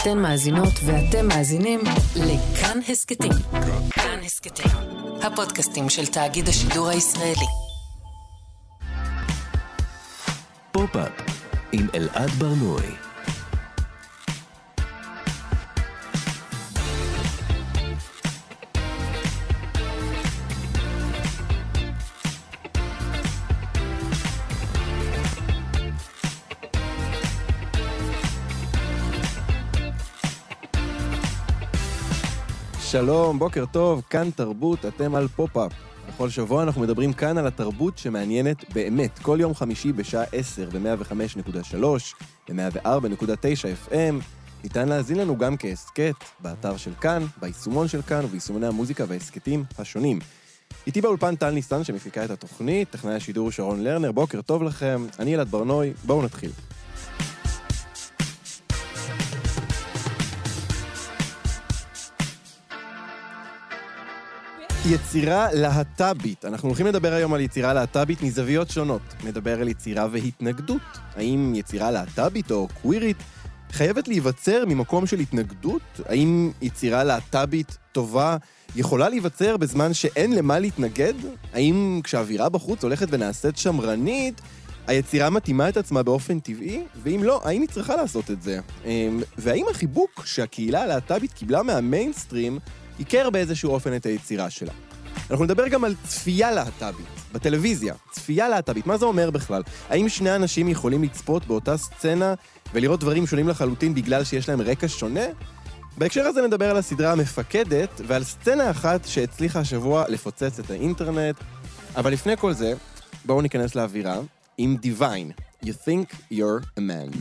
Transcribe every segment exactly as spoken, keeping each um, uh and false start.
אתן מאזינות ואתם מאזינים לכאן הסקטים. כאן הסקטים, הפודקאסטים של תאגיד השידור הישראלי. פופ-אפ עם אלעד ברנועי. שלום, בוקר טוב, כאן תרבות, אתם על פופ-אפ. בכל שבוע אנחנו מדברים כאן על התרבות שמעניינת באמת. כל יום חמישי בשעה עשר ב-מאה וחמש נקודה שלוש, ב-מאה וארבע נקודה תשע אף אם. ניתן להזין לנו גם כהסקט, באתר של כאן, ביישומון של כאן וביישומוני המוזיקה וההסקטים השונים. איתי באולפן טל ניסן שמפיקה את התוכנית, טכנאי השידור שרון לרנר, בוקר טוב לכם, אני אלעד ברנועי, בואו נתחיל. יצירה להט"בית. אנחנו הולכים לדבר היום על יצירה להט"בית מזוויות שונות. נדבר על יצירה והתנגדות. האם יצירה להט"בית או קווירית חייבת להיווצר ממקום של התנגדות? האם יצירה להט"בית טובה יכולה להיווצר בזמן שאין למה להתנגד? האם כשהאווירה בחוץ הולכת ונעשית שמרנית, היצירה מתאימה את עצמה באופן טבעי? ואם לא, האם היא צריכה לעשות את זה? והאם החיבוק שהקהילה הלהט"בית קיבלה מהמיינסטרים עיקר באיזשהו אופן את היצירה שלה? אנחנו נדבר גם על צפייה להט"בית, בטלוויזיה. צפייה להט"בית, מה זה אומר בכלל? האם שני אנשים יכולים לצפות באותה סצנה ולראות דברים שונים לחלוטין בגלל שיש להם רקע שונה? בהקשר הזה נדבר על הסדרה המפקדת ועל סצנה אחת שהצליחה השבוע לפוצץ את האינטרנט. אבל לפני כל זה, בואו ניכנס לאווירה עם דיוויין. You think you're a man.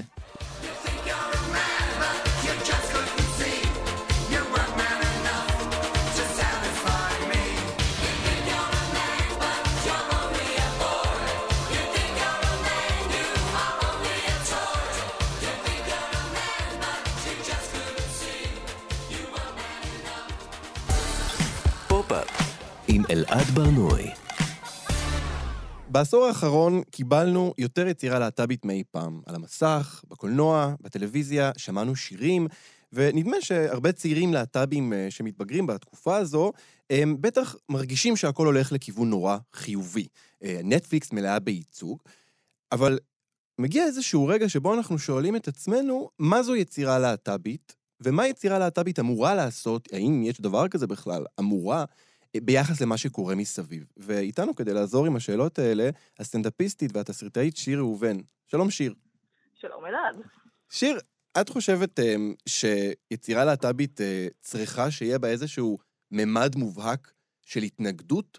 עם אלעד ברנועי. בעשור האחרון קיבלנו יותר יצירה להט"בית מאי פעם. על המסך, בקולנוע, בטלוויזיה, שמענו שירים, ונדמה שהרבה צעירים להט"בים שמתבגרים בתקופה הזו, הם בטח מרגישים שהכל הולך לכיוון נורא חיובי. נטפליקס מלאה בייצוג, אבל מגיע איזשהו רגע שבו אנחנו שואלים את עצמנו, מה זו יצירה להט"בית, ומה יצירה להט"בית אמורה לעשות, האם יש דבר כזה בכלל, אמורה, ביחס למה שקורה מסביב. ואיתנו כדי לעזור עם השאלות האלה, הסטנדאפיסטית והתסריטאית שיר ראובן. שלום שיר. שלום אלעד. שיר, את חושבת שיצירה להט"בית צריכה שיהיה בה איזשהו ממד מובהק של התנגדות?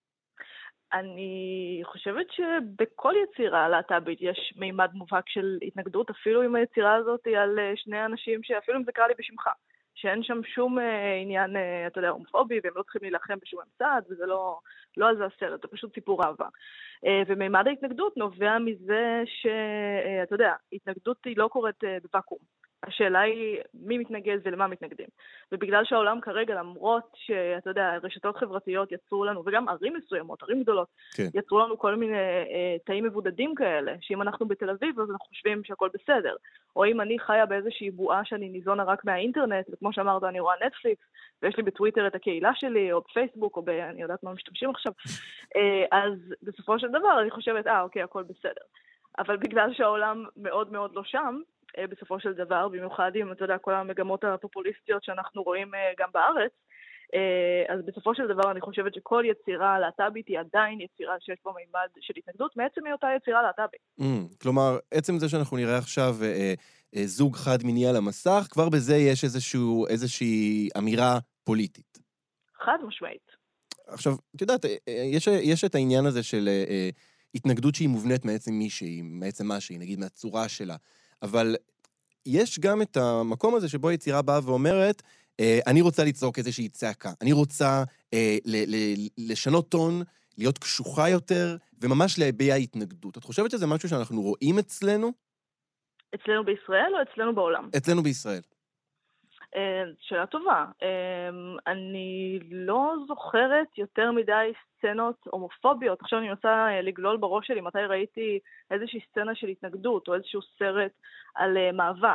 אני חושבת שבכל יצירה להט"בית יש מימד מובהק של התנגדות, אפילו אם היצירה הזאת היא על שני אנשים שאפילו אם זה קרא לי בשמך. שאין שם שום אה, עניין, אה, אתה יודע, הומופובי, והם לא צריכים להילחם בשום אמצעד, וזה לא, לא על זה הסרט, זה פשוט סיפור אהבה. אה, ומימד ההתנגדות נובע מזה שאתה אה, יודע, התנגדות היא לא קורית אה, בוואקום. השאלה היא מי מתנגד ולמה מתנגדים. ובגלל שהעולם כרגע, למרות שאתה יודע, רשתות חברתיות יצרו לנו, וגם ערים מסוימות, ערים גדולות, כן. יצרו לנו כל מיני אה, תאים מבודדים כאלה, שאם אנחנו בתל אביב, אז אנחנו חושבים שהכל בסדר. או אם אני חיה באיזושהי בועה שאני ניזונה רק מהאינטרנט, וכמו שאמרת, אני רואה נטפליקס, ויש לי בטוויטר את הקהילה שלי, או בפייסבוק, או ב... אני יודעת מה משתמשים עכשיו, אה, אז בסופו של דבר אני חושבת, אה, אוקיי, הכל בסדר. אבל בגלל שהעולם מאוד מאוד לא שם, בסופו של דבר, במיוחד עם, אתה יודע, כל המגמות הפופוליסטיות שאנחנו רואים גם בארץ, אז בסופו של דבר אני חושבת שכל יצירה להט"בית היא עדיין יצירה שיש בה מימד של התנגדות, מעצם היותה יצירה להט"בית. Mm, כלומר, עצם זה שאנחנו נראה עכשיו אה, אה, זוג חד מיני על המסך, כבר בזה יש איזשהו, איזושהי אמירה פוליטית. חד משמעית. עכשיו, את יודעת, יש, יש את העניין הזה של אה, אה, התנגדות שהיא מובנית מעצם מישהי, מעצם מה שהיא, נגיד מהצורה שלה. אבל יש גם את המקום הזה שבו יצירה באה ואומרת, אה, אני רוצה לצעוק איזושהי צעקה, אני רוצה אה, ל- ל- לשנות טון, להיות קשוחה יותר, וממש להביע התנגדות. את חושבת שזה משהו שאנחנו רואים אצלנו? אצלנו בישראל או אצלנו בעולם? אצלנו בישראל. שאלה טובה. אני לא זוכרת יותר מדי סצנות הומופוביות. עכשיו אני מנסה לגלול בראש שלי מתי ראיתי איזושהי סצנה של התנגדות או איזשהו סרט על מאבק.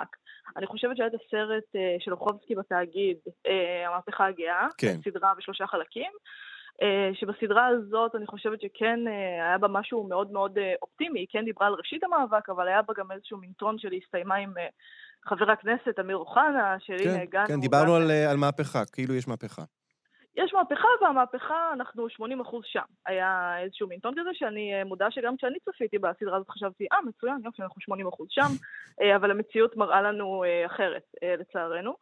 אני חושבת שהיה את הסרט של אוחובסקי בתאגיד, המהפכה הגאה, כן. סדרה בשלושה חלקים, שבסדרה הזאת אני חושבת שכן היה בה משהו מאוד מאוד אופטימי, היא כן דיברה על ראשית המאבק, אבל היה בה גם איזשהו מינטון של הסתיימה עם חבר הכנסת אמיר אוחנה, שהנה הגענו... כן, דיברנו על, על מהפכה, כאילו יש מהפכה. יש מהפכה, והמהפכה אנחנו שמונים אחוז שם. היה איזשהו מינטון כזה שאני מודע שגם כשאני צפיתי בסדרה הזאת חשבתי, אה, מצוין, יופי, אנחנו שמונים אחוז שם, אבל המציאות מראה לנו אחרת, לצערנו.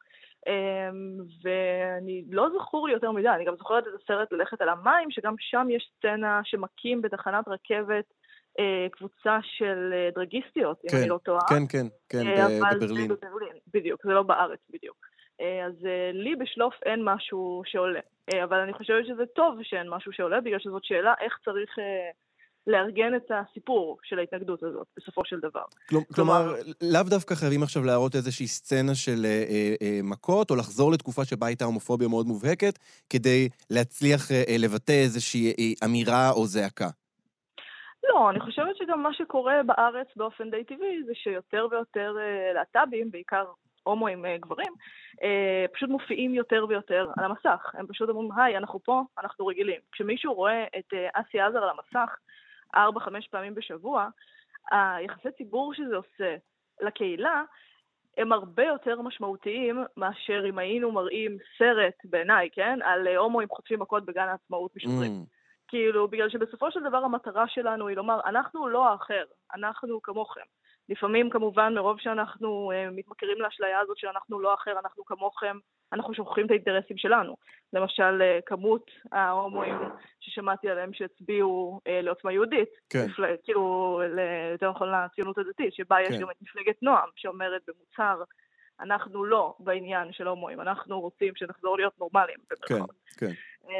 ואני לא זכור לי יותר מדי, אני גם זוכרת את הסרט ללכת על המים, שגם שם יש סצנה שמקים בתחנת רכבת קבוצה של דרגיסטיות, אם אני לא טועה. כן, כן, כן, בברלין. בדיוק, זה לא בארץ בדיוק. אז לי בשלוף אין משהו שעולה, אבל אני חושבת שזה טוב שאין משהו שעולה, בגלל שזאת שאלה איך צריך לארגן את הסיפור של ההתנגדות הזאת, בסופו של דבר. כלומר, לאו דווקא חייבים עכשיו להראות איזושהי סצנה של מכות, או לחזור לתקופה שבה הייתה הומופוביה מאוד מובהקת, כדי להצליח לבטא איזושהי אמירה או זעקה. לא, אני חושבת שגם מה שקורה בארץ באופן די טבעי, זה שיותר ויותר להט"בים, בעיקר הומואים גברים, פשוט מופיעים יותר ויותר על המסך. הם פשוט אומרים, היי, אנחנו פה, אנחנו רגילים. כשמישהו רואה את אסי עזר על המסך, ארבע, חמש פעמים בשבוע, היחסי ציבור שזה עושה לקהילה, הם הרבה יותר משמעותיים מאשר אם היינו מראים סרט בעיניי, כן? על הומואים חוטפים מכות בגן העצמאות משדרים. Mm. כאילו, בגלל שבסופו של דבר המטרה שלנו היא לומר, אנחנו לא האחר, אנחנו כמוכם. לפעמים כמובן מרוב שאנחנו uh, מתמכרים לאשליה הזאת שאנחנו לא אחר, אנחנו כמוכם, אנחנו שוכחים את האינטרסים שלנו. למשל, uh, כמות ההומואים ששמעתי עליהם שהצביעו uh, לעוצמה יהודית, כן. מפל... כאילו, יותר נכון לציונות הדתית, שבה כן. יש גם את מפלגת נועם, שאומרת במוצהר, אנחנו לא בעניין של הומואים, אנחנו רוצים שנחזור להיות נורמליים. כן, כן. Um,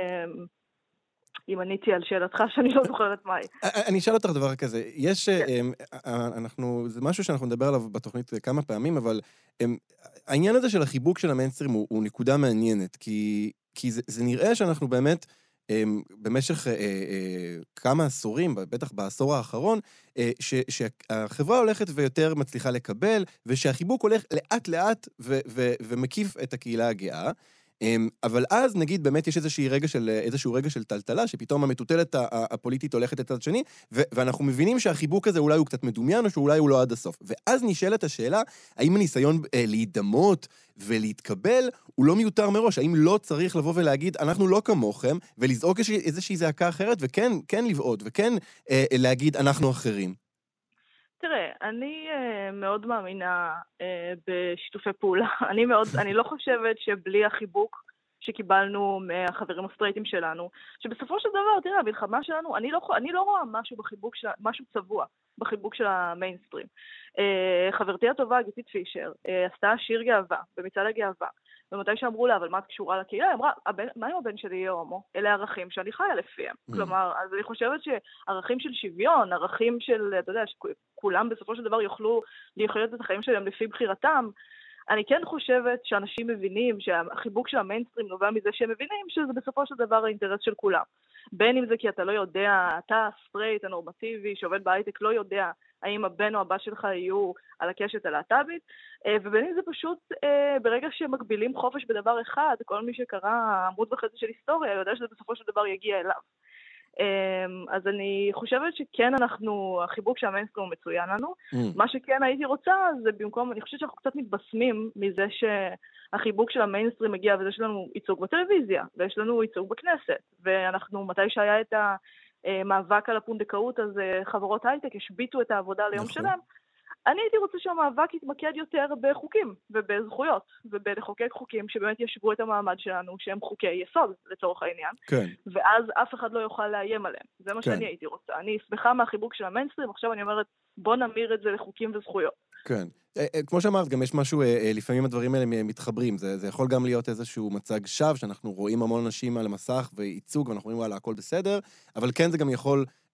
אם עניתי על שאלתך שאני לא זוכרת מהי. אני אשאל אותך דבר כזה, יש, אנחנו, זה משהו שאנחנו נדבר עליו בתוכנית כמה פעמים, אבל העניין הזה של החיבוק של המיינסטרים הוא נקודה מעניינת, כי זה נראה שאנחנו באמת, במשך כמה עשורים, בטח בעשור האחרון, שהחברה הולכת ויותר מצליחה לקבל, ושהחיבוק הולך לאט לאט ומקיף את הקהילה הגאה, אבל אז נגיד באמת יש איזשהו רגע של, איזשהו רגע של טלטלה, שפתאום המטוטלת הפוליטית הולכת לצד שני, ואנחנו מבינים שהחיבוק הזה אולי הוא קצת מדומיין, או שאולי הוא לא עד הסוף. ואז נשאלת השאלה, האם הניסיון להידמות ולהתקבל, הוא לא מיותר מראש? האם לא צריך לבוא ולהגיד, אנחנו לא כמוכם, ולזעוק איזושהי זעקה אחרת, וכן, כן לבעוט, וכן להגיד, אנחנו אחרים? תראה, אני uh, מאוד מאמינה uh, בשיתופי פעולה. אני מאוד, אני לא חושבת שבלי החיבוק שקיבלנו מהחברים הסטרייטים שלנו, שבסופו של דבר, תראה, המלחמה שלנו, אני לא, אני לא רואה משהו בחיבוק של, משהו צבוע בחיבוק של המיינסטרים. Uh, חברתי הטובה, גיתית פישר, uh, עשתה שיר גאווה, במצעד הגאווה, ומתי שאמרו לה, אבל מה את קשורה לקהילה? היא אמרה, מה אם הבן שלי יהיה הומו? אלה ערכים שאני חיה לפיהם. Mm. כלומר, אז אני חושבת שערכים של שוויון, ערכים של, אתה יודע, שכולם בסופו של דבר יוכלו לחיות את החיים שלהם לפי בחירתם, אני כן חושבת שאנשים מבינים שהחיבוק של המיינסטרים נובע מזה שהם מבינים שזה בסופו של דבר האינטרס של כולם. בין אם זה כי אתה לא יודע, אתה הסטרייט הנורמטיבי שעובד בהייטק לא יודע האם הבן או הבת שלך יהיו על הקשת הלהט"בית, ובין אם זה פשוט ברגע שמגבילים חופש בדבר אחד, כל מי שקרא עמוד וחצי של היסטוריה יודע שזה בסופו של דבר יגיע אליו. אז אני חושבת שכן אנחנו, החיבוק שהמיינסטרים הוא מצוין לנו. Mm. מה שכן הייתי רוצה זה במקום, אני חושבת שאנחנו קצת מתבשמים מזה שהחיבוק של המיינסטרים מגיע, וזה יש לנו ייצוג בטלוויזיה, ויש לנו ייצוג בכנסת, ואנחנו מתי שהיה את המאבק על הפונדקאות, אז חברות הייטק השביטו את העבודה ליום נכון. שלם. אני הייתי רוצה שהמאבק יתמקד יותר בחוקים ובזכויות, ובלחוקק חוקים שבאמת ישבו את המעמד שלנו, שהם חוקי יסוד לצורך העניין, כן. ואז אף אחד לא יוכל לאיים עליהם. זה מה כן. שאני הייתי רוצה. אני שמחה מהחיבוק של המיינסטרים, עכשיו אני אומרת, בוא נמיר את זה לחוקים וזכויות. כן. כמו שאמרת, גם יש משהו, לפעמים הדברים האלה מתחברים. זה, זה יכול גם להיות איזשהו מצג שווא, שאנחנו רואים המון אנשים על המסך וייצוג, ואנחנו רואים, וואלה, הכל בסדר, אבל כן זה גם יכול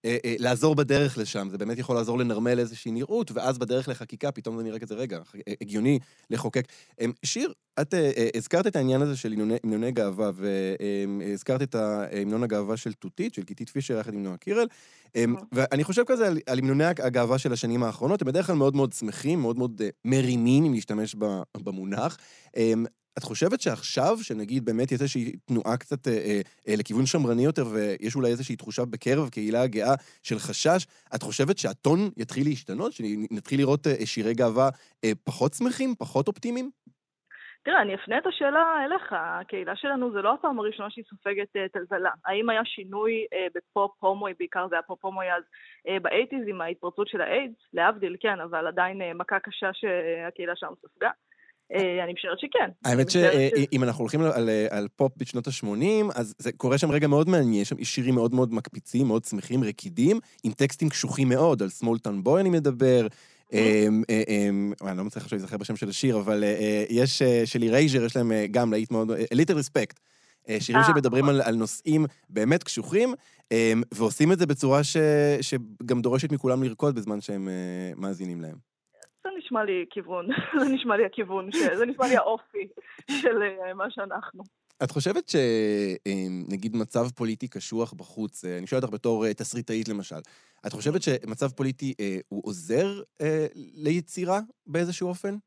אה, אה, לעזור בדרך לשם, זה באמת יכול לעזור לנרמל איזושהי נראות, ואז בדרך לחקיקה פתאום זה נראה כזה רגע, הגיוני לחוקק. אה, שיר, את אה, אה, הזכרת את העניין הזה של המנוני גאווה, והזכרת את המנון הגאווה של תותית, של גיתית פישר יחד עם נועה קירל, אה, ואני חושב כזה על, על המנוני הגאווה של השנים האחרונות, הם בדרך כלל מאוד מאוד שמחים, מאוד מאוד אה, מרימים, אם להשתמש במונח. אה, את חושבת שעכשיו, שנגיד באמת יש איזושהי תנועה קצת אה, אה, לכיוון שמרני יותר, ויש אולי איזושהי תחושה בקרב קהילה הגאה של חשש, את חושבת שהטון יתחיל להשתנות? שנתחיל לראות אה, שירי גאווה אה, פחות שמחים, פחות אופטימיים? תראה, אני אפנה את השאלה אליך. הקהילה שלנו זה לא הפעם הראשונה שהיא סופגת uh, טלטלה. האם היה שינוי uh, בפופ הומואי, בעיקר זה היה פופ הומואי אז uh, באייטיז עם ההתפרצות של האיידס, להבדיל, כן, אבל עדיין uh, מכה קשה שהקהילה שלנו ספגה. Uh, אני משערת שכן. האמת שאם אנחנו הולכים על, על פופ בשנות ה-שמונים, אז זה קורה שם רגע מאוד מעניין, יש שם שירים מאוד מאוד מקפיצים, מאוד שמחים, רקידים, עם טקסטים קשוחים מאוד, על Small Town Boy אני מדבר, אני לא מצליח עכשיו להיזכר בשם של השיר, אבל יש של אירייז'ר, יש להם גם להיט מאוד, A Little Respect, שירים שמדברים על נושאים באמת קשוחים, ועושים את זה בצורה שגם דורשת מכולם לרקוד בזמן שהם מאזינים להם. זה נשמע לי כיוון, זה נשמע לי הכיוון, זה נשמע לי האופי של מה שאנחנו. את חושבת שנגיד מצב פוליטי קשוח בחוץ, אני שואל אותך בתור תסריטאית למשל, את חושבת שמצב פוליטי הוא עוזר ליצירה באיזשהו אופן?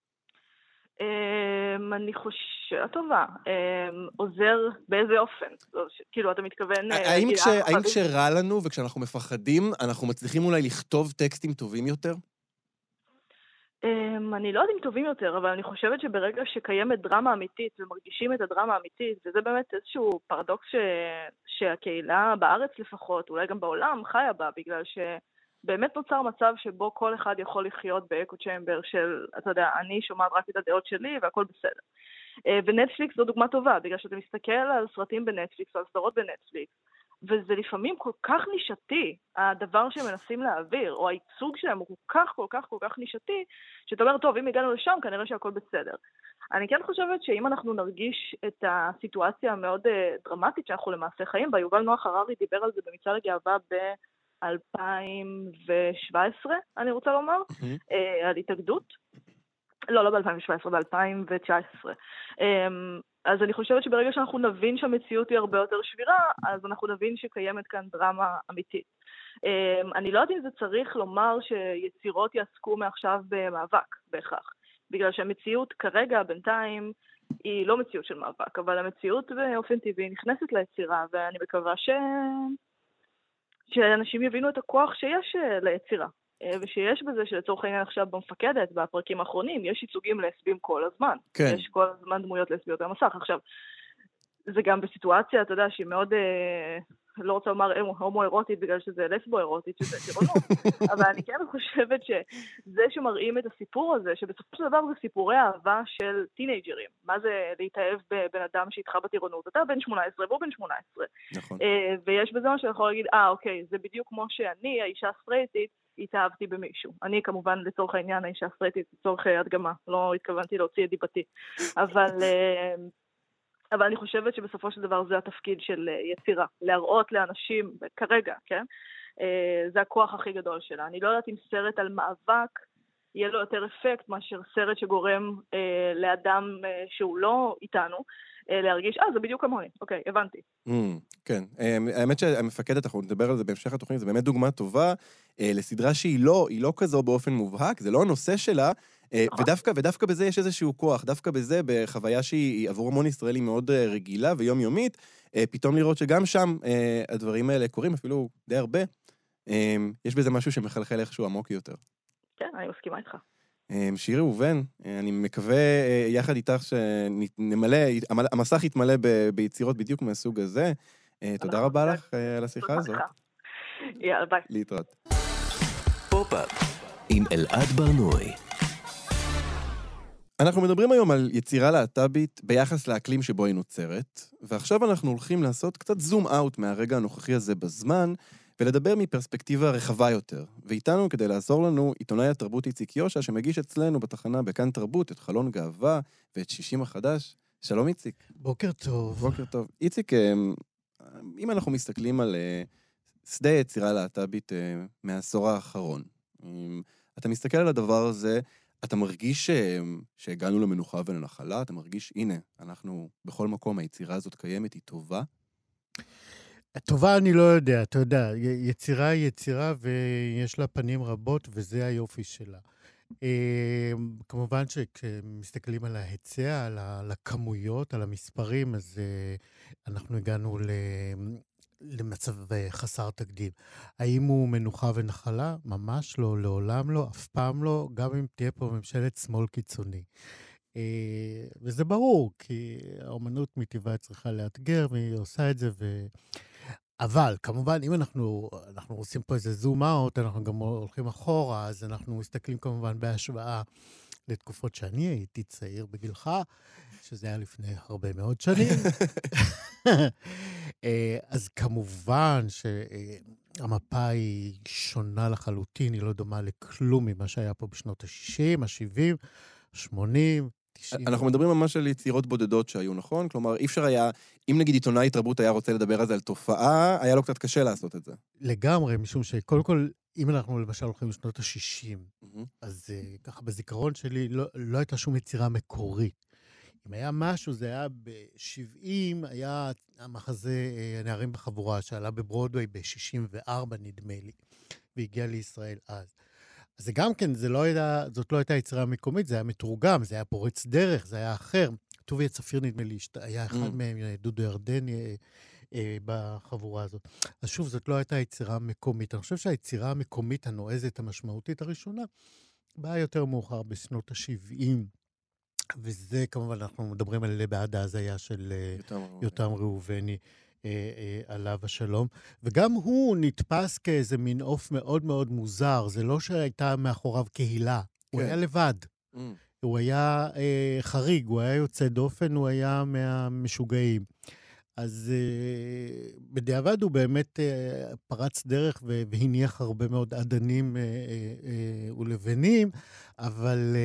אני חושבת, טובה, עוזר באיזה אופן? כאילו, אתה מתכוון... האם כשרע לנו וכשאנחנו מפחדים, אנחנו מצליחים אולי לכתוב טקסטים טובים יותר? אני לא יודעת אם טובים יותר, אבל אני חושבת שברגע שקיימת דרמה אמיתית ומרגישים את הדרמה האמיתית, וזה באמת איזשהו פרדוקס ש... שהקהילה בארץ לפחות, אולי גם בעולם, חיה בה, בגלל שבאמת נוצר מצב שבו כל אחד יכול לחיות באקו צ'יימבר של, אתה יודע, אני שומעת רק את הדעות שלי והכל בסדר. ונטפליקס זו דוגמה טובה, בגלל שאתה מסתכל על סרטים בנטפליקס, על סדרות בנטפליקס, וזה לפעמים כל כך נישתי, הדבר שהם מנסים להעביר, או הייצוג שלהם הוא כל כך, כל כך, כל כך נישתי, שאתה אומר, טוב, אם הגענו לשם, כנראה שהכל בסדר. אני כן חושבת שאם אנחנו נרגיש את הסיטואציה המאוד דרמטית שאנחנו למעשה חיים בה, יובל נוח הררי דיבר על זה במצעד הגאווה ב-אלפיים שבע עשרה, אני רוצה לומר, על התאגדות. לא, לא ב-אלפיים שבע עשרה, ב-אלפיים תשע עשרה. אז אני חושבת שברגע שאנחנו נבין שהמציאות היא הרבה יותר שבירה, אז אנחנו נבין שקיימת כאן דרמה אמיתית. אני לא יודעת אם זה צריך לומר שיצירות יעסקו מעכשיו במאבק, בהכרח. בגלל שהמציאות כרגע, בינתיים, היא לא מציאות של מאבק, אבל המציאות באופן טבעי נכנסת ליצירה, ואני מקווה ש... שאנשים יבינו את הכוח שיש ליצירה. ושיש בזה שלצורך העניין עכשיו במפקדת, בפרקים האחרונים, יש ייצוגים לסבים כל הזמן. כן. יש כל הזמן דמויות לסביות על המסך. עכשיו, זה גם בסיטואציה, אתה יודע, שהיא מאוד, אה, לא רוצה לומר הומו-אירוטית, בגלל שזה לסבו-אירוטית, שזה טירונות. אבל אני כן חושבת שזה שמראים את הסיפור הזה, שבסופו של דבר זה סיפורי אהבה של טינג'רים. מה זה להתאהב בבן אדם שהתחה בטירונות? אתה בן שמונה עשרה, והוא בן שמונה עשרה. נכון. אה, ויש בזה מה שיכול להגיד, אה, אוקיי, זה בדיוק כמו שאני, האישה הסטרייטית, התאהבתי במישהו. אני כמובן לצורך העניין האישה הסטרייטית, לצורך הדגמה, לא התכוונתי להוציא את דיבתי. אבל, אבל אני חושבת שבסופו של דבר זה התפקיד של יצירה, להראות לאנשים, כרגע, כן? זה הכוח הכי גדול שלה. אני לא יודעת אם סרט על מאבק יהיה לו יותר אפקט מאשר סרט שגורם לאדם שהוא לא איתנו, להרגיש, אה, זה בדיוק כמוני. אוקיי, הבנתי. כן. האמת שהמפקדת, אנחנו נדבר על זה בהמשך התוכנית, זה באמת דוגמה טובה לסדרה שהיא לא, היא לא כזו באופן מובהק, זה לא הנושא שלה, ודווקא, ודווקא בזה יש איזשהו כוח, דווקא בזה, בחוויה שהיא עבור המון ישראלי מאוד רגילה ויומיומית, פתאום לראות שגם שם הדברים האלה קורים, אפילו די הרבה, יש בזה משהו שמחלחל איכשהו עמוק יותר. כן, אני מסכימה איתך. שירי ראובן, אני מקווה יחד איתך שנמלא, המסך יתמלא ביצירות בדיוק מהסוג הזה. תודה רבה לך על השיחה הזאת. יאללה, ביי. להתראות. פופ-אפ עם אלעד ברנועי. אנחנו מדברים היום על יצירה להט"בית ביחס לאקלים שבו היא נוצרת, ועכשיו אנחנו הולכים לעשות קצת זום אאוט מהרגע הנוכחי הזה בזמן, ולדבר מפרספקטיבה רחבה יותר. ואיתנו כדי לעזור לנו עיתונאי התרבות איציק יושע, שמגיש אצלנו בתחנה בכאן תרבות את חלון גאווה ואת שישים החדש. שלום איציק. בוקר טוב. בוקר טוב. איציק, אם אנחנו מסתכלים על שדה יצירה להט"בית מהעשור האחרון. אתה מסתכל על הדבר הזה, אתה מרגיש שהגענו למנוחה ולנחלה, אתה מרגיש, הנה, אנחנו בכל מקום, היצירה הזאת קיימת, היא טובה? טובה אני לא יודע, אתה יודע, יצירה היא יצירה ויש לה פנים רבות, וזה היופי שלה. כמובן שכשמסתכלים על ההיצע, על הכמויות, על המספרים, אז אנחנו הגענו למצב חסר תקדים. האם הוא מנוחה ונחלה? ממש לא, לעולם לא, אף פעם לא, גם אם תהיה פה ממשלת שמאל קיצוני. וזה ברור, כי האומנות מטבעה צריכה לאתגר, והיא עושה את זה, ו... אבל, כמובן, אם אנחנו, אנחנו עושים פה איזה זום אאוט, אנחנו גם הולכים אחורה, אז אנחנו מסתכלים כמובן בהשוואה לתקופות שאני הייתי צעיר בגילך, שזה היה לפני הרבה מאוד שנים. אז כמובן שהמפה היא שונה לחלוטין, היא לא דומה לכלום ממה שהיה פה בשנות ה-שישים, ה-שבעים, ה-שמונים, תשעים. אנחנו מדברים ממש על יצירות בודדות שהיו, נכון? כלומר, אי אפשר היה, אם נגיד עיתונאי תרבות היה רוצה לדבר על זה על תופעה, היה לו קצת קשה לעשות את זה. לגמרי, משום שקודם כל, אם אנחנו למשל הולכים לשנות ה-שישים, אז ככה בזיכרון שלי לא, לא הייתה שום יצירה מקורית. אם היה משהו, זה היה ב-שבעים, היה המחזה הנערים בחבורה, שעלה בברודווי ב-שישים וארבע נדמה לי, והגיע לישראל אז. אז זה גם כן, זה לא הייתה, זאת לא הייתה יצירה מקומית, זה היה מתורגם, זה היה פורץ דרך, זה היה אחר. טוביה צפיר נדמה לי, היה אחד mm. מהם, דודו ירדני, אה, אה, בחבורה הזאת. אז שוב, זאת לא הייתה יצירה מקומית. אני חושב שהיצירה המקומית הנועזת המשמעותית הראשונה, באה יותר מאוחר בשנות ה-שבעים, וזה כמובן, אנחנו מדברים על בעד ההזיה של יותם ראובני, עליו השלום, וגם הוא נתפס כאיזה מין עוף מאוד מאוד מוזר, זה לא שהייתה מאחוריו קהילה, הוא היה לבד, הוא היה חריג, הוא היה יוצא דופן, הוא היה מהמשוגעים. אז בדיעבד הוא באמת פרץ דרך והניח הרבה מאוד עדנים ולבנים, אבל,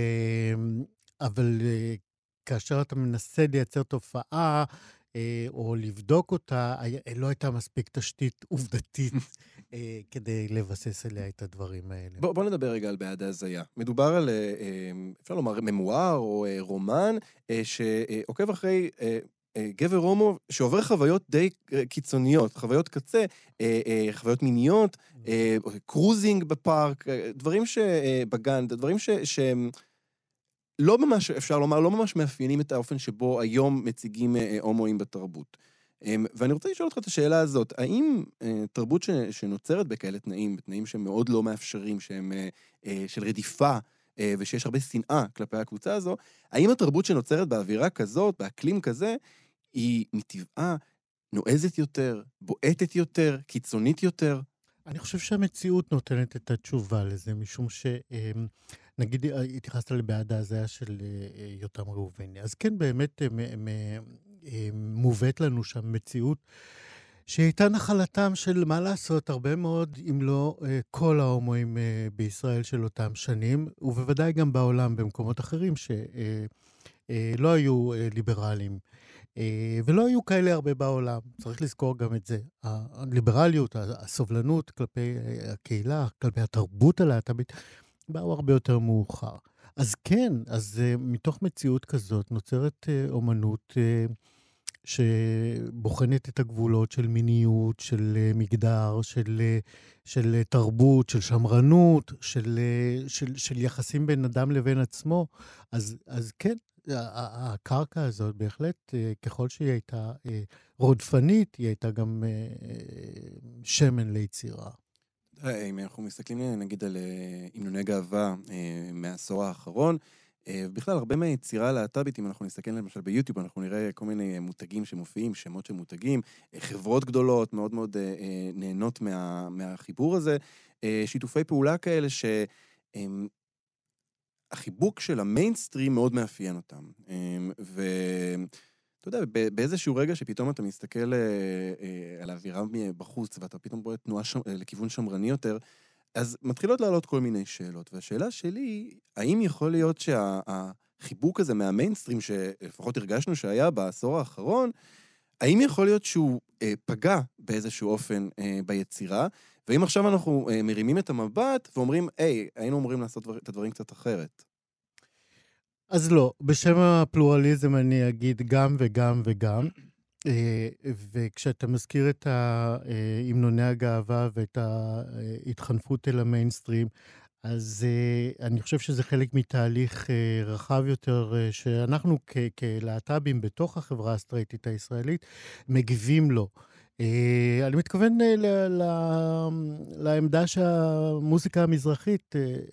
אבל כאשר אתה מנסה לייצר תופעה, או לבדוק אותה, לא הייתה מספיק תשתית עובדתית כדי לבסס אליה את הדברים האלה. בוא, בוא נדבר רגע על בעד ההזיה. מדובר על, אפשר לומר, ממואר או רומן, שעוקב אחרי גבר הומו שעובר חוויות די קיצוניות, חוויות קצה, חוויות מיניות, קרוזינג בפארק, דברים שבגן, דברים ש... שהם... לא ממש, אפשר לומר, לא ממש מאפיינים את האופן שבו היום מציגים הומואים בתרבות. ואני רוצה לשאול אותך את השאלה הזאת, האם תרבות שנוצרת בכאלה תנאים, בתנאים שמאוד לא מאפשרים, שהם של רדיפה, ושיש הרבה שנאה כלפי הקבוצה הזו, האם התרבות שנוצרת באווירה כזאת, באקלים כזה, היא מטבעה נועזת יותר, בועטת יותר, קיצונית יותר? אני חושב שהמציאות נותנת את התשובה לזה, משום ש... נגיד, התייחסת לבעד ההזיה של יותם ראובני. אז כן, באמת מובאת לנו שם מציאות שהייתה נחלתם של מה לעשות, הרבה מאוד, אם לא כל ההומואים בישראל של אותם שנים, ובוודאי גם בעולם, במקומות אחרים שלא היו ליברליים. ולא היו כאלה הרבה בעולם, צריך לזכור גם את זה. הליברליות, הסובלנות כלפי הקהילה, כלפי התרבות הלהט"בית, באו הרבה יותר מאוחר. אז כן, אז מתוך מציאות כזאת נוצרת אומנות שבוחנת את הגבולות של מיניות, של מגדר, של, של תרבות, של שמרנות, של, של, של יחסים בין אדם לבין עצמו. אז, אז כן, הקרקע הזאת בהחלט, ככל שהיא הייתה רודפנית, היא הייתה גם שמן ליצירה. אם אנחנו מסתכלים נגיד על המנוני גאווה מהעשור האחרון, בכלל הרבה מהיצירה להט"בית, אם אנחנו נסתכל למשל ביוטיוב, אנחנו נראה כל מיני מותגים שמופיעים, שמות של מותגים, חברות גדולות מאוד מאוד נהנות מה, מהחיבור הזה, שיתופי פעולה כאלה שהחיבוק של המיינסטרים מאוד מאפיין אותם. ואתה יודע, באיזשהו רגע שפתאום אתה מסתכל על האווירה בחוץ, ואתה פתאום רואה תנועה לכיוון שמרני יותר, אז מתחילות לעלות כל מיני שאלות, והשאלה שלי, האם יכול להיות שהחיבוק הזה מהמיינסטרים, שלפחות הרגשנו שהיה בעשור האחרון, האם יכול להיות שהוא אה, פגע באיזשהו אופן אה, ביצירה, ואם עכשיו אנחנו אה, מרימים את המבט ואומרים, היי, היינו אומרים לעשות דבר, את הדברים קצת אחרת? אז לא, בשם הפלורליזם אני אגיד גם וגם וגם, וכשאתה מזכיר את המנוני הגאווה ואת ההתחנפות אל המיינסטרים, אז אני חושב שזה חלק מתהליך רחב יותר, שאנחנו כלהט"בים בתוך החברה הסטרייטית הישראלית מגיבים לו. אני מתכוון לעמדה שהמוזיקה המזרחית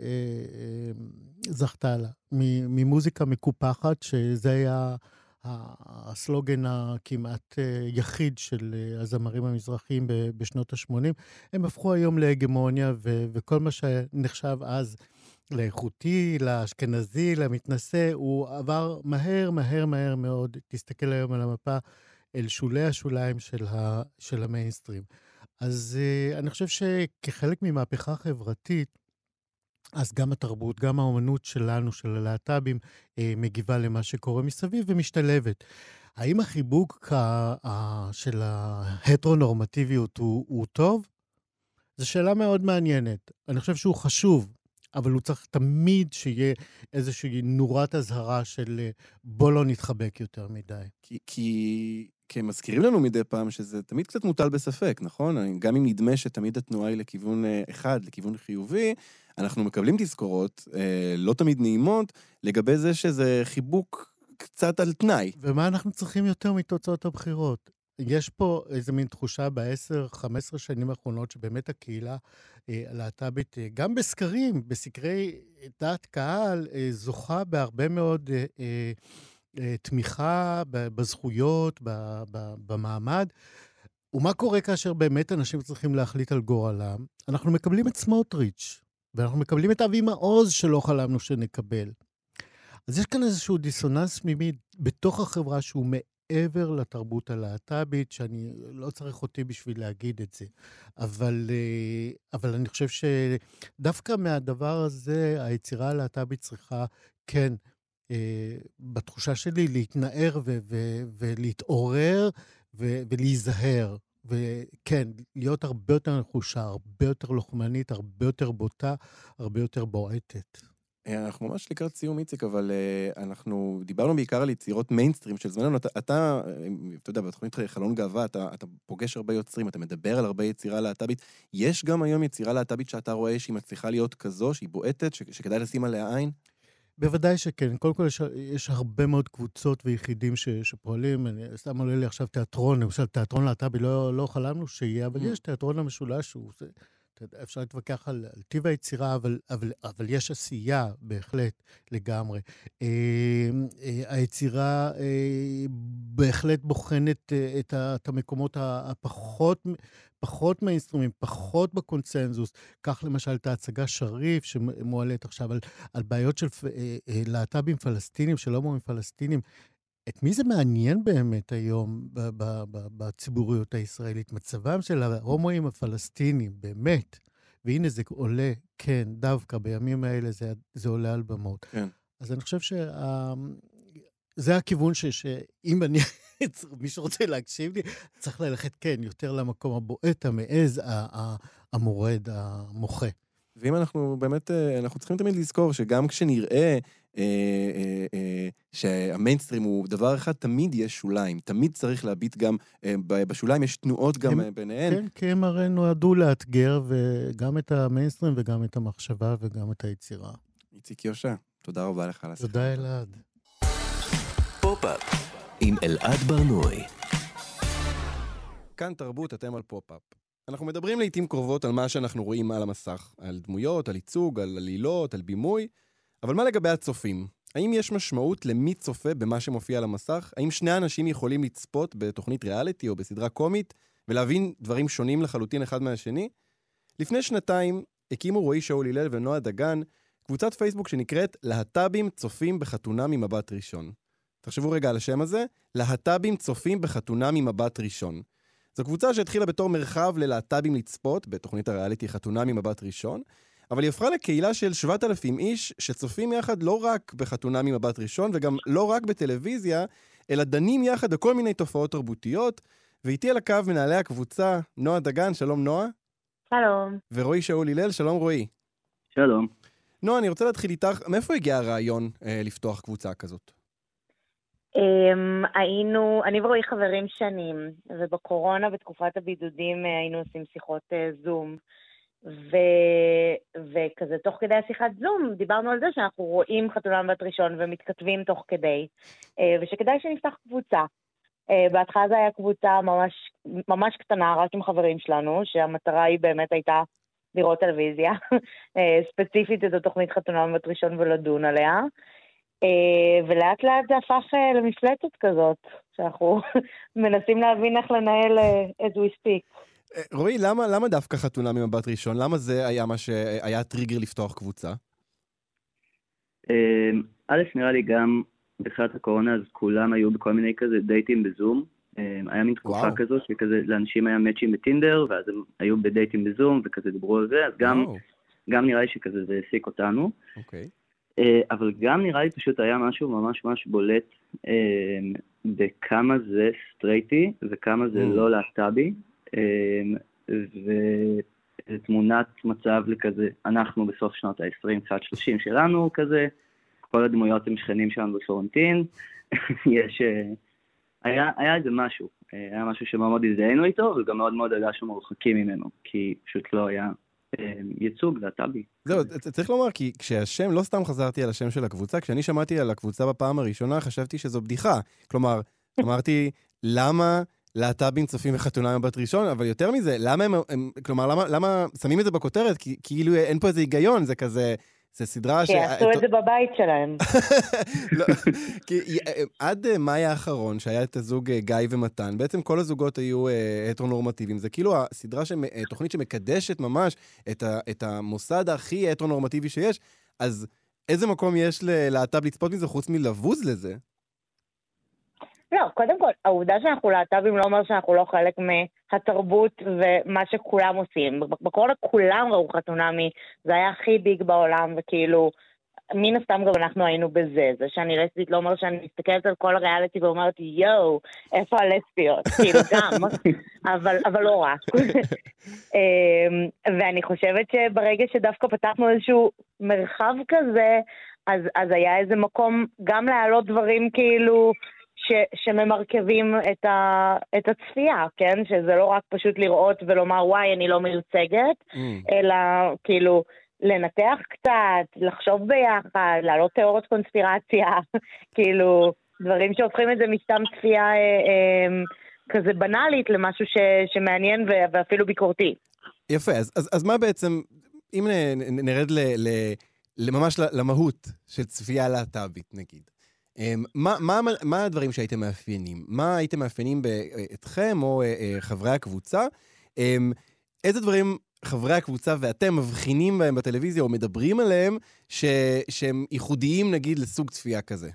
זכתה לה, ממוזיקה מקופחת, שזה היה הסלוגן הכמעט יחיד של הזמרים המזרחיים בשנות ה-שמונים. הם הפכו היום להגמוניה, וכל מה שנחשב אז לאיכותי, לאשכנזי, למתנשא, הוא עבר מהר, מהר, מהר מאוד. תסתכל היום על המפה, אל שולי השוליים של, ה, של המיינסטרים. אז uh, אני חושב שכחלק ממהפכה חברתית, אז גם התרבות, גם האומנות שלנו, של הלהט"בים, uh, מגיבה למה שקורה מסביב ומשתלבת. האם החיבוק uh, של ההטרונורמטיביות הוא, הוא טוב? זו שאלה מאוד מעניינת. אני חושב שהוא חשוב, אבל הוא צריך תמיד שיהיה איזושהי נורת הזהרה של בוא לא נתחבק יותר מדי. כי, כי, כי הם מזכירים לנו מדי פעם שזה תמיד קצת מוטל בספק, נכון? גם אם נדמה שתמיד התנועה היא לכיוון אחד, לכיוון חיובי, אנחנו מקבלים תזכורות, לא תמיד נעימות, לגבי זה שזה חיבוק קצת על תנאי. ומה אנחנו צריכים יותר מתוצאות הבחירות? יש פה איזו מין תחושה בעשר, חמש עשרה שנים האחרונות, שבאמת הקהילה הלהט"בית, גם בסקרים, בסקרי דעת קהל, זוכה בהרבה מאוד תמיכה בזכויות, במעמד. ומה קורה כאשר באמת אנשים צריכים להחליט על גורלם? אנחנו מקבלים את סמוטריץ', ואנחנו מקבלים את אבי מעוז שלא חלמנו שנקבל. אז יש כאן איזשהו דיסוננס מימי בתוך החברה שהוא מעבר לתרבות הלהט"בית, שאני לא צריך אותי בשביל להגיד את זה. אבל, אבל אני חושב שדווקא מהדבר הזה, היצירה הלהט"בית צריכה, כן, בתחושה שלי, להתנער ו- ו- ולהתעורר ו- ולהיזהר. וכן, להיות הרבה יותר נחושה, הרבה יותר לוחמנית, הרבה יותר בוטה, הרבה יותר בועטת. אנחנו ממש לקראת סיום, איציק, אבל uh, אנחנו דיברנו בעיקר על יצירות מיינסטרים של זמננו. אתה, אתה, אתה יודע, בתוכנית חלון גאווה, אתה, אתה פוגש הרבה יוצרים, אתה מדבר על הרבה יצירה להט"בית. יש גם היום יצירה להט"בית שאתה רואה שהיא מצליחה להיות כזו, שהיא בועטת, ש, שכדאי לשים עליה עין? בוודאי שכן. קודם כל יש, יש הרבה מאוד קבוצות ויחידים ש, שפועלים. אני סתם עולה לי עכשיו תיאטרון, למשל תיאטרון להט"בי, לא, לא חלמנו שיהיה, אבל יש תיאטרון המשולש שהוא... זה, אפשר להתווכח על, על טיב היצירה, אבל, אבל, אבל יש עשייה בהחלט לגמרי. אה, אה, היצירה אה, בהחלט בוחנת אה, את, ה, את המקומות הפחות, פחות מהאינסטרומים, פחות בקונצנזוס. כך למשל את ההצגה שריף, שמועלת עכשיו על, על בעיות של אה, אה, להט"בים פלסטינים, של הומואים פלסטינים. את מי זה מעניין באמת היום בציבוריות הישראלית? מצבם של ההומואים הפלסטינים, באמת. והנה זה עולה, כן, דווקא בימים האלה זה, זה עולה על במות. כן. אז אני חושב שזה הכיוון ש, שאם אני, מי שרוצה להקשיב לי, צריך ללכת, כן, יותר למקום הבועט, המעז, המורד, המוחה. ואם אנחנו באמת, אנחנו צריכים תמיד לזכור שגם כשנראה שהמיינסטרים הוא דבר אחד, תמיד יש שוליים, תמיד צריך להביט גם, בשוליים יש תנועות גם ביניהן. כן, כי הם הרי נועדו לאתגר, וגם את המיינסטרים וגם את המחשבה וגם את היצירה. איציק יושע, תודה רבה לך על השיחה. תודה אלעד. פופ-אפ עם אלעד ברנועי. כאן תרבות, אתם על פופ-אפ. אנחנו מדברים לעתים קרובות על מה שאנחנו רואים על המסך, על דמויות, על ייצוג, על עלילות, על בימוי, אבל מה לגבי הצופים? האם יש משמעות למי צופה במה שמופיע על המסך? האם שני אנשים יכולים לצפות בתוכנית ריאליטי או בסדרה קומית ולהבין דברים שונים לחלוטין אחד מהשני? לפני שנתיים הקימו רועי שאול הלל ונועה דגן קבוצת פייסבוק שנקראת להט"בים צופים בחתונה ממבט ראשון. תחשבו רגע על השם הזה, להט"בים צופים בחתונה ממבט ראשון. זו קבוצה שהתחילה בתור מרחב ללהט"בים לצפות בתוכנית הריאליטי חתונה ממבט ראשון, אבל היא הפכה לקהילה של שבעת אלפים איש שצופים יחד לא רק בחתונה ממבט ראשון וגם לא רק בטלוויזיה, אלא דנים יחד על כל מיני תופעות תרבותיות, ואיתי על הקו מנהלי הקבוצה, נועה דגן, שלום נועה. שלום. ורועי שאול הלל, שלום רועי. שלום. נועה, אני רוצה להתחיל איתך, מאיפה הגיע הרעיון אה, לפתוח קבוצה כזאת? Um, היינו, אני ורועי חברים שנים, ובקורונה, בתקופת הבידודים, היינו עושים שיחות uh, זום, ו... וכזה תוך כדי השיחת זום, דיברנו על זה שאנחנו רואים חתונה בת ראשון ומתכתבים תוך כדי, uh, ושכדאי שנפתח קבוצה. Uh, בהתחלה זה היה קבוצה ממש, ממש קטנה, רק עם חברים שלנו, שהמטרה היא באמת הייתה לראות טלוויזיה, uh, ספציפית את התוכנית חתונה בת ראשון ולדון עליה, Uh, ולאט לאט זה הפך uh, למפלצת כזאת, שאנחנו מנסים להבין איך לנהל uh, as we speak. רועי, למה, למה דווקא חתונה ממבט ראשון? למה זה היה מה שהיה טריגר לפתוח קבוצה? א', נראה לי גם בתחילת הקורונה, אז כולם היו בכל מיני כזה דייטים בזום. היה מין תקופה כזאת, שכזה לאנשים היה מאצ'ים בטינדר, ואז הם היו בדייטים בזום, וכזה דיברו על זה, אז גם, גם נראה לי שכזה זה העסיק אותנו. אוקיי. אבל גם נראה לי פשוט היה משהו ממש ממש בולט בכמה זה סטרייטי, וכמה זה לא להט"בי. ותמונת מצב לכזה, אנחנו בסוף שנות ה-עשרים, קצת שלושים שלנו כזה, כל הדמויות הם שכנים שלנו בפלורנטין, יש, היה, היה איזה משהו, היה משהו שמאוד מאוד הזדהינו איתו, וגם מאוד מאוד הרגשנו מרוחקים ממנו, כי פשוט לא היה ייצוג להט"בי. זהו, צריך לומר, כי כשהשם, לא סתם חזרתי על השם של הקבוצה, כשאני שמעתי על הקבוצה בפעם הראשונה, חשבתי שזו בדיחה. כלומר, אמרתי, למה להט"בים צופים בחתונה מבט ראשון, אבל יותר מזה, למה הם, הם כלומר, למה, למה שמים את זה בכותרת? כי כאילו אין פה איזה היגיון, זה כזה, זה סדרה ש... כי עשו את זה בבית שלהם. לא, כי עד מאי האחרון, שהיה את הזוג גיא ומתן, בעצם כל הזוגות היו הטרונורמטיביים. זה כאילו הסדרה, תוכנית שמקדשת ממש את, ה, את המוסד הכי הטרונורמטיבי שיש, אז איזה מקום יש ללהט"ב לצפות מזה חוץ מלבוז לזה? לא, קודם כל, העובדה שאנחנו להט"בים לא אומר שאנחנו לא חלק מהתרבות ומה שכולם עושים. בקורונה כולם ראו חתונמי, זה היה הכי ביג בעולם, וכאילו, מן הסתם גם אנחנו היינו בזה. זה שאני רסית לא אומר שאני מסתכלת על כל הריאליטי ואומרת, יואו, איפה הלסביות? כאילו גם, אבל, אבל לא רק. ואני חושבת שברגע שדווקא פתחנו איזשהו מרחב כזה, אז, אז היה איזה מקום גם להעלות דברים כאילו, ש, שממרכבים את, ה, את הצפייה, כן? שזה לא רק פשוט לראות ולומר, וואי, אני לא מיוצגת, mm. אלא כאילו לנתח קצת, לחשוב ביחד, להעלות תיאוריות קונספירציה, כאילו דברים שהופכים את זה מסתם צפייה אה, אה, כזה בנאלית למשהו ש, שמעניין ואפילו ביקורתי. יפה, אז, אז, אז מה בעצם, אם נרד ל, ל, לממש למהות של צפייה להט"בית, נגיד, מה, מה, מה הדברים שהייתם מאפיינים? מה הייתם מאפיינים אתכם או חברי הקבוצה? איזה דברים חברי הקבוצה ואתם מבחינים בהם בטלוויזיה או מדברים עליהם ש, שהם ייחודיים נגיד לסוג צפייה כזה?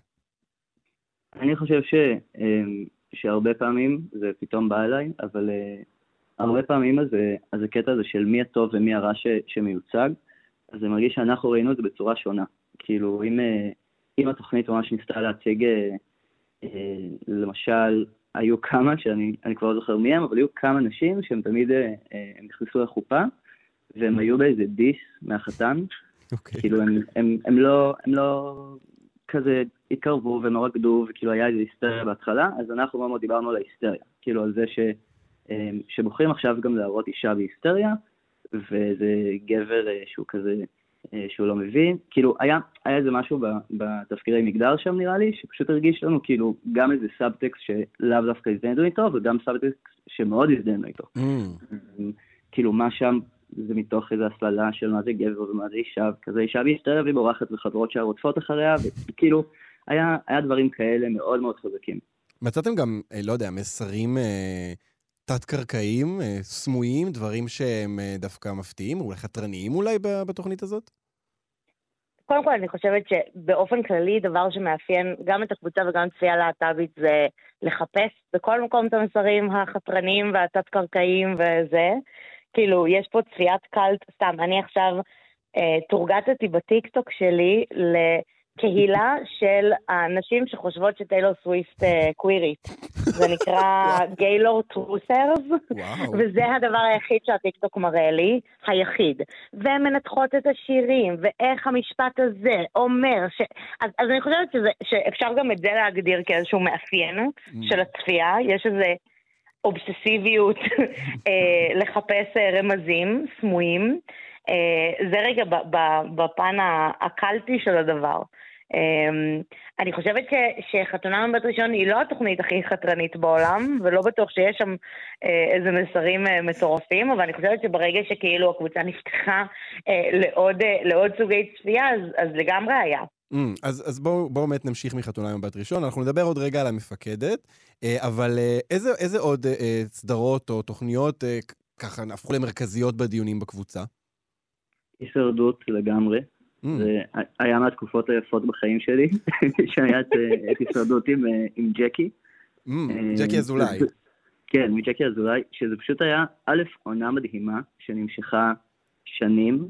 אני חושב ש, שהרבה פעמים זה פתאום בא אליי, אבל הרבה פעמים אז, אז הקטע הזה של מי הטוב ומי הרע ש, שמיוצג, אז זה מרגיש שאנחנו ראינו את זה בצורה שונה. כאילו אם... אם התוכנית ממש ניסתה להציג, אה, אה, למשל, היו כמה, שאני אני כבר לא זוכר מי הם, אבל היו כמה נשים שהם תמיד אה, הם נכנסו לחופה, והם היו באיזה דיס מהחתן. Okay. כאילו, הם, הם, הם, לא, הם לא כזה התקרבו והם לא רקדו, וכאילו היה איזה היסטריה בהתחלה, אז אנחנו מאוד מאוד דיברנו על ההיסטריה. כאילו, על זה ש, אה, שבוחרים עכשיו גם להראות אישה בהיסטריה, וזה גבר אה, שהוא כזה... שהוא לא מבין, כאילו היה, היה איזה משהו בתפקידי מגדר שם נראה לי, שפשוט הרגיש לנו כאילו גם איזה סאבטקסט שלאו דווקא הזדהנו איתו, וגם סאבטקסט שמאוד הזדהנו איתו. Mm. כאילו מה שם זה מתוך איזו הסללה של מה זה גבר ומה זה אישה, כזה אישה בהיסטריה והיא בורחת וחברות שהרודפות אחריה, וכאילו היה, היה דברים כאלה מאוד מאוד חזקים. מצאתם גם, לא יודע, מסרים... תת-קרקעיים, סמויים, דברים שהם דווקא מפתיעים, אולי חתרניים אולי בתוכנית הזאת? קודם כל, אני חושבת שבאופן כללי, דבר שמאפיין גם את הקבוצה וגם את צפייה להט"בית, זה לחפש בכל מקום את המסרים החתרניים והתת-קרקעיים וזה. כאילו, יש פה צפיית קלט, סתם, אני עכשיו אה, תורגטתי בטיקטוק שלי ל... קהילה של האנשים שחושבות שטיילור סוויפט קווירית. זה נקרא גיילור טרוסרס, וזה הדבר היחיד שהטיקטוק מראה לי, היחיד. והן מנתחות את השירים, ואיך המשפט הזה אומר, ש... אז, אז אני חושבת שזה, שאפשר גם את זה להגדיר כאיזשהו מאפיין של הצפייה, יש איזה אובססיביות לחפש רמזים סמויים, זה רגע בפן הקלטי של הדבר. אני חושבת שחתונה מבט ראשון היא לא התוכנית הכי חתרנית בעולם, ולא בטוח שיש שם איזה מסרים מטורפים, אבל אני חושבת שברגע שכאילו הקבוצה נפתחה לעוד סוגי צפייה, אז לגמרי היה. אז, אז בואו, בואו באמת נמשיך מחתונה מבט ראשון. אנחנו נדבר עוד רגע על המפקדת, אבל איזה, איזה עוד סדרות או תוכניות ככה הפכו למרכזיות בדיונים בקבוצה? הישרדות לגמרי. זה היה מהתקופות היפות בחיים שלי, שהיה את הישרדות עם, עם ג'קי. ג'קי אזולאי. כן, מג'קי אזולאי, שזה פשוט היה א', עונה מדהימה, שנמשכה שנים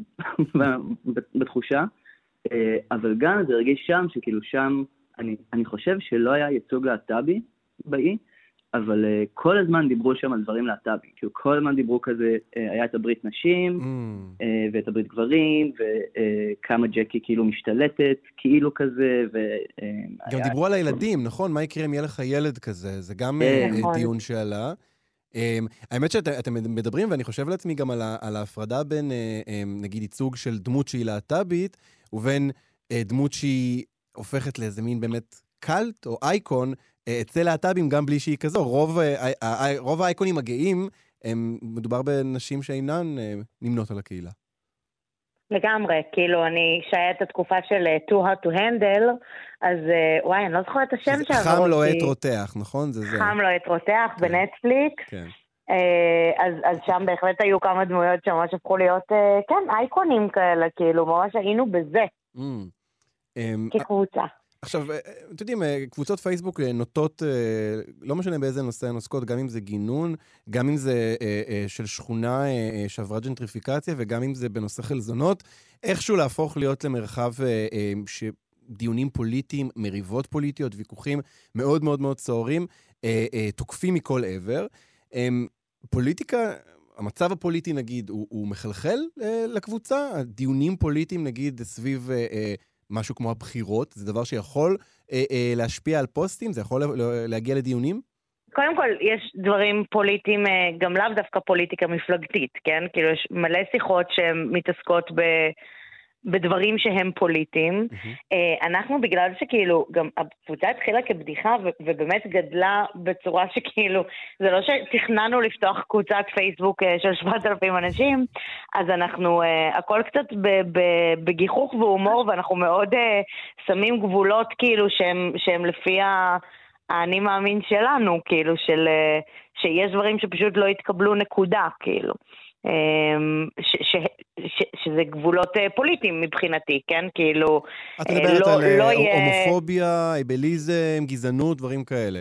בתחושה, אבל גם זה הרגיש שם, שכאילו שם, אני, אני חושב שלא היה ייצוג להט"בי באי, אבל uh, כל הזמן דיברו שם על דברים להט"בים, כאילו כל הזמן דיברו כזה, uh, היה את הברית נשים, mm. uh, ואת הברית גברים, וכמה uh, ג'קי כאילו משתלטת, כאילו כזה, ו... Uh, גם היה... דיברו על הילדים, נכון? מה יקרה אם יהיה לך ילד כזה? זה גם yeah. uh, דיון שעלה. Um, האמת שאתם מדברים, ואני חושב לעצמי גם על, ה- על ההפרדה בין, uh, um, נגיד, ייצוג של דמות שהיא להט"בית, ובין uh, דמות שהיא הופכת לאיזה מין באמת קלט או אייקון, אצל להט"בים גם בלי שהיא כזו. רוב, רוב האייקונים הגאים, הם מדובר בנשים שאינן נמנות על הקהילה. לגמרי, כאילו אני שהיה את התקופה של too hard to handle, אז וואי, אני לא זוכרת את השם שעבר אותי. חם לא עת רותח, נכון? זה זה. חם לא עת רותח בנטפליקס. כן. אז, אז שם בהחלט היו כמה דמויות שממש הפכו להיות, כן, אייקונים כאלה, כאילו, ממש היינו בזה. כקבוצה. עכשיו, אתם יודעים, קבוצות פייסבוק נוטות, לא משנה באיזה נושא הן עוסקות, גם אם זה גינון, גם אם זה של שכונה שעברה ג'נטריפיקציה, וגם אם זה בנושא חלזונות, איכשהו להפוך להיות למרחב שדיונים פוליטיים, מריבות פוליטיות, ויכוחים מאוד מאוד מאוד צעורים, תוקפים מכל עבר. פוליטיקה, המצב הפוליטי נגיד, הוא, הוא מחלחל לקבוצה? הדיונים פוליטיים נגיד סביב... משהו כמו הבחירות, זה דבר שיכול אה, אה, להשפיע על פוסטים? זה יכול להגיע לדיונים? קודם כל, יש דברים פוליטיים, גם לאו דווקא פוליטיקה מפלגתית, כן? כאילו, יש מלא שיחות שהן מתעסקות ב... בדברים שהם פוליטיים. Mm-hmm. אנחנו, בגלל שכאילו, גם הקבוצה התחילה כבדיחה, ו- ובאמת גדלה בצורה שכאילו, זה לא שתכננו לפתוח קבוצת פייסבוק של שבעת אלפים אנשים, אז אנחנו, הכל קצת ב- ב- בגיחוך והומור, ואנחנו מאוד שמים גבולות כאילו, שהם, שהם לפי האני מאמין שלנו, כאילו, של, שיש דברים שפשוט לא התקבלו נקודה, כאילו. ש, ש, ש, שזה גבולות פוליטיים מבחינתי, כן? כאילו, את מדברת לא, על לא הומופוביה, אייבליזם, גזענות, דברים כאלה.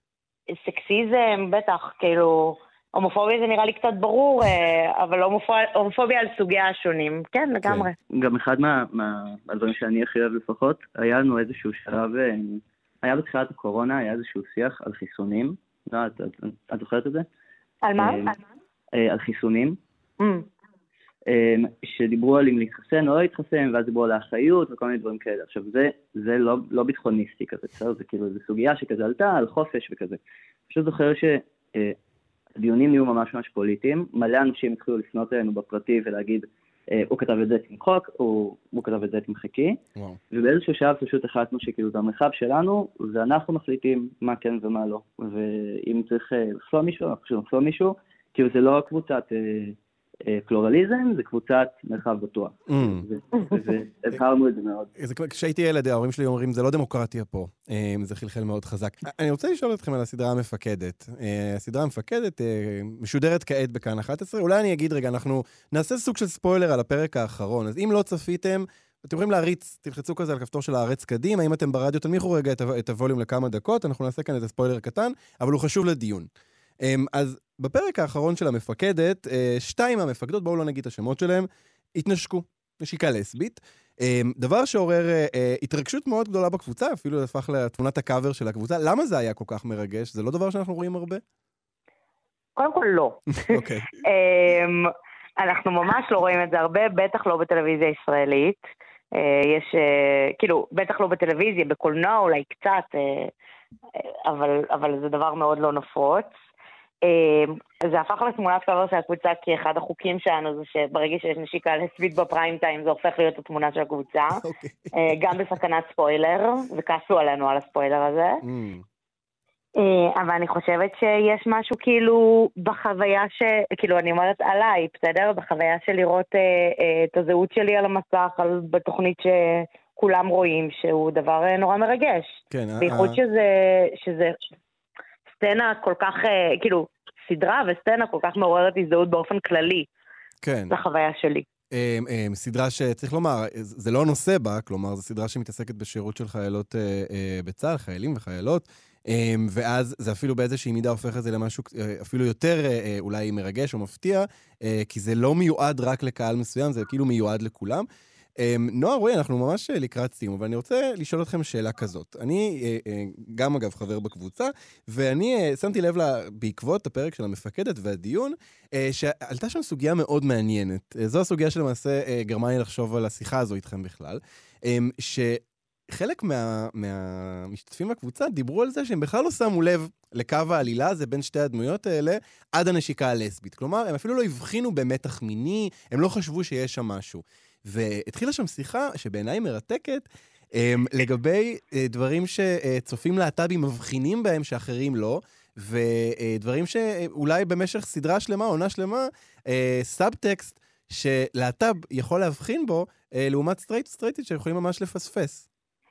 סקסיזם, בטח, כאילו, הומופוביה זה נראה לי קצת ברור, אבל הומופוביה על סוגיה השונים, כן, לגמרי. גם אחד מהדברים שאני הכי אוהב לפחות, היה לנו איזשהו שלב, היה בתחילת הקורונה, היה איזשהו שיח על חיסונים, את זוכרת את זה? על מה? על חיסונים. שדיברו על אם להתחסן או לא להתחסן, ואז דיברו על האחריות וכל מיני דברים כאלה. עכשיו, זה, זה לא, לא ביטחוניסטי כזה, זה כאילו, זה סוגיה שכזה עלתה על חופש וכזה. פשוט זוכר שהדיונים נהיו ממש ממש פוליטיים, מלא אנשים התחילו לפנות אלינו בפרטי ולהגיד, הוא כתב את זה תמחוק, הוא, הוא כתב את זה תמחקי, ובאיזשהו שלב פשוט החלטנו שכאילו זה המרחב שלנו, ואנחנו מחליטים מה כן ומה לא. ואם צריך לחסום מישהו, אנחנו פשוט לחסום מישהו, כאילו זה לא קבוצת פלורליזם, זה קבוצת מרחב בטוח. והבהרנו את זה מאוד. כשהייתי ילד, ההורים שלי אומרים, זה לא דמוקרטיה פה. זה חלחל מאוד חזק. אני רוצה לשאול אתכם על הסדרה המפקדת. הסדרה המפקדת משודרת כעת בכאן אחת עשרה. אולי אני אגיד רגע, אנחנו נעשה סוג של ספוילר על הפרק האחרון. אז אם לא צפיתם, אתם יכולים להריץ, תלחצו כזה על כפתור של הארץ קדימה. אם אתם ברדיו, תנמיכו רגע את הווליום לכמה דקות. אנחנו נעשה כאן את הספוילר קטן, אבל הוא חשוב לדיון. אז בפרק האחרון של המפקדת, שתיים המפקדות, בואו לא נגיד את השמות שלהם, התנשקו, נשיקה לסבית, דבר שעורר התרגשות מאוד גדולה בקבוצה, אפילו הפך לתמונת הקאבר של הקבוצה. למה זה היה כל כך מרגש? זה לא דבר שאנחנו רואים הרבה? קודם כל לא. אוקיי. אנחנו ממש לא רואים את זה הרבה, בטח לא בטלוויזיה ישראלית. יש, כאילו, בטח לא בטלוויזיה, בקולנוע אולי קצת, אבל, אבל זה דבר מאוד לא נפוץ. זה הפך לתמונת קאבר של הקבוצה, כי אחד החוקים שלנו זה שברגע שיש נשיקה לסבית בפריים טיים, זה הופך להיות התמונה של הקבוצה. גם בסכנת ספוילר, וכעסו עלינו על הספוילר הזה. אבל אני חושבת שיש משהו כאילו בחוויה ש... כאילו אני אומרת עליי, בסדר? בחוויה של לראות את הזהות שלי על המסך, על... בתוכנית שכולם רואים, שהוא דבר נורא מרגש. כן. בייחוד שזה... שזה סצנה כל כך, כאילו, סדרה וסצנה כל כך מעוררת הזדהות באופן כללי. כן. לחוויה שלי. סדרה שצריך לומר, זה לא נושא בה, כלומר, זו סדרה שמתעסקת בשירות של חיילות בצה"ל, חיילים וחיילות, ואז זה אפילו באיזושהי מידה הופך את זה למשהו אפילו יותר אולי מרגש או מפתיע, כי זה לא מיועד רק לקהל מסוים, זה כאילו מיועד לכולם. נועה, רואי, אנחנו ממש לקראת סיום, אבל אני רוצה לשאול אתכם שאלה כזאת. אני גם אגב חבר בקבוצה, ואני שמתי לב לה בעקבות הפרק של המפקדת והדיון, שעלתה שם סוגיה מאוד מעניינת. זו הסוגיה שלמעשה גרמה לי לחשוב על השיחה הזו איתכם בכלל, שחלק מה, מהמשתתפים בקבוצה דיברו על זה שהם בכלל לא שמו לב לקו העלילה הזה בין שתי הדמויות האלה, עד הנשיקה הלסבית. כלומר, הם אפילו לא הבחינו במתח מיני, הם לא חשבו שיש שם משהו. והתחילה שם שיחה שבעיניי מרתקת, לגבי דברים שצופים להט"בים מבחינים בהם שאחרים לא, ודברים שאולי במשך סדרה שלמה, עונה שלמה, סאבטקסט שלהט"ב יכול להבחין בו, לעומת סטרייט סטרייטית שיכולים ממש לפספס.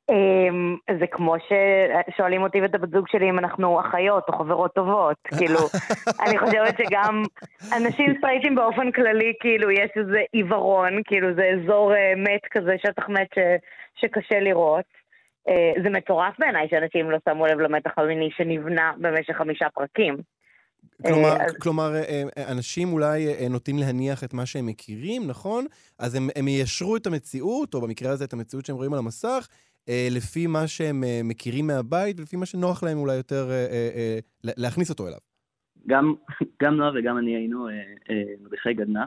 זה כמו ששואלים אותי ואת הבת זוג שלי אם אנחנו אחיות או חברות טובות, כאילו, אני חושבת שגם אנשים סטרייטים באופן כללי, כאילו, יש איזה עיוורון, כאילו, זה אזור מת כזה, שטח מת שקשה לראות. זה מטורף בעיניי שאנשים לא שמו לב למתח המיני שנבנה במשך חמישה פרקים. כלומר, כלומר, אנשים אולי נוטים להניח את מה שהם מכירים, נכון? אז הם, הם יישרו את המציאות, או במקרה הזה את המציאות שהם רואים על המסך, לפי מה שהם מכירים מהבית, ולפי מה שנוח להם אולי יותר להכניס אותו אליו. גם, גם נועה וגם אני היינו מדריכי גדנ"ע.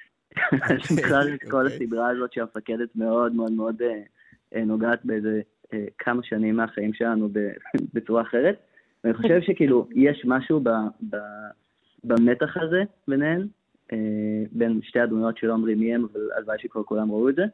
בכלל את כל הסדרה הזאת שהמפקדת מאוד מאוד מאוד נוגעת באיזה כמה שנים מהחיים שלנו בצורה אחרת. ואני חושב שכאילו יש משהו ב, ב, במתח הזה ביניהן, בין שתי הדמויות שלא אומרים מי הם, אבל הלוואי שכבר כולם ראו את זה.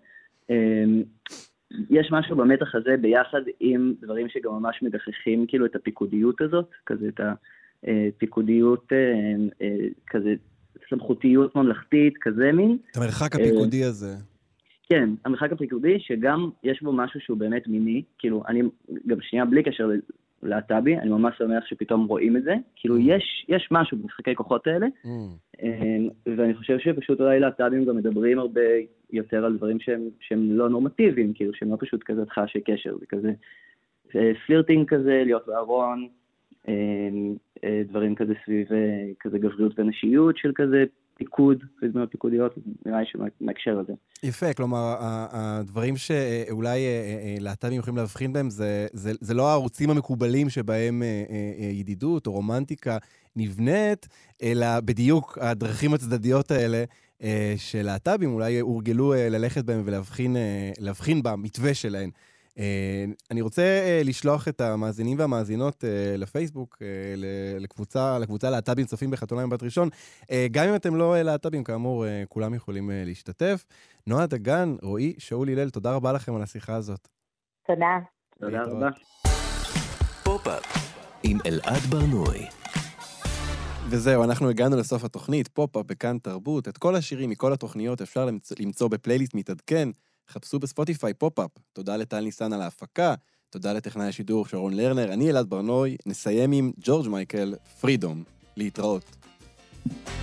יש משהו במתח הזה ביחד עם דברים שגם ממש מגחכים כאילו את הפיקודיות הזאת, כזה את הפיקודיות, כזה סמכותיות ממלכתית, כזה מין. את המרחק הפיקודי הזה. כן, המרחק הפיקודי שגם יש בו משהו שהוא באמת מיני, כאילו אני גם שנייה בלי קשר להט"בי, אני ממש שמח שפתאום רואים את זה, כאילו יש, יש משהו במשחקי כוחות האלה, ואני חושב שפשוט אולי להט"בים גם מדברים הרבה יותר על דברים שהם, שהם לא נורמטיביים, כאילו שהם לא פשוט כזה תחש קשר, זה כזה פלירטינג כזה, להיות בארון, דברים כזה סביב כזה גבריות ונשיות של כזה פיקוד, ודמות פיקודיות, נראה לי שמהקשר הזה. יפה, כלומר, הדברים שאולי להט"בים יכולים להבחין בהם, זה, זה, זה לא הערוצים המקובלים שבהם ידידות או רומנטיקה נבנית, אלא בדיוק הדרכים הצדדיות האלה של להט"בים אולי הורגלו ללכת בהם ולהבחין להבחין במתווה שלהם. אני רוצה לשלוח את המאזינים והמאזינות לפייסבוק, לקבוצה, לקבוצה להט"בים צופים בחתונה עם בת ראשון. גם אם אתם לא להט"בים, כאמור, כולם יכולים להשתתף. נועה דגן, רועי, שאול הלל, תודה רבה לכם על השיחה הזאת. תודה. תודה רבה. פופ-אפ עם אלעד ברנועי. וזהו, אנחנו הגענו לסוף התוכנית, פופ-אפ בכאן תרבות. את כל השירים מכל התוכניות אפשר למצוא בפלייליסט מתעדכן. חפשו בספוטיפיי פופ-אפ. תודה לטל ניסן על ההפקה, תודה לטכנאי השידור שרון לרנר, אני אלעד ברנועי, נסיים עם ג'ורג' מייקל, פרידום. להתראות.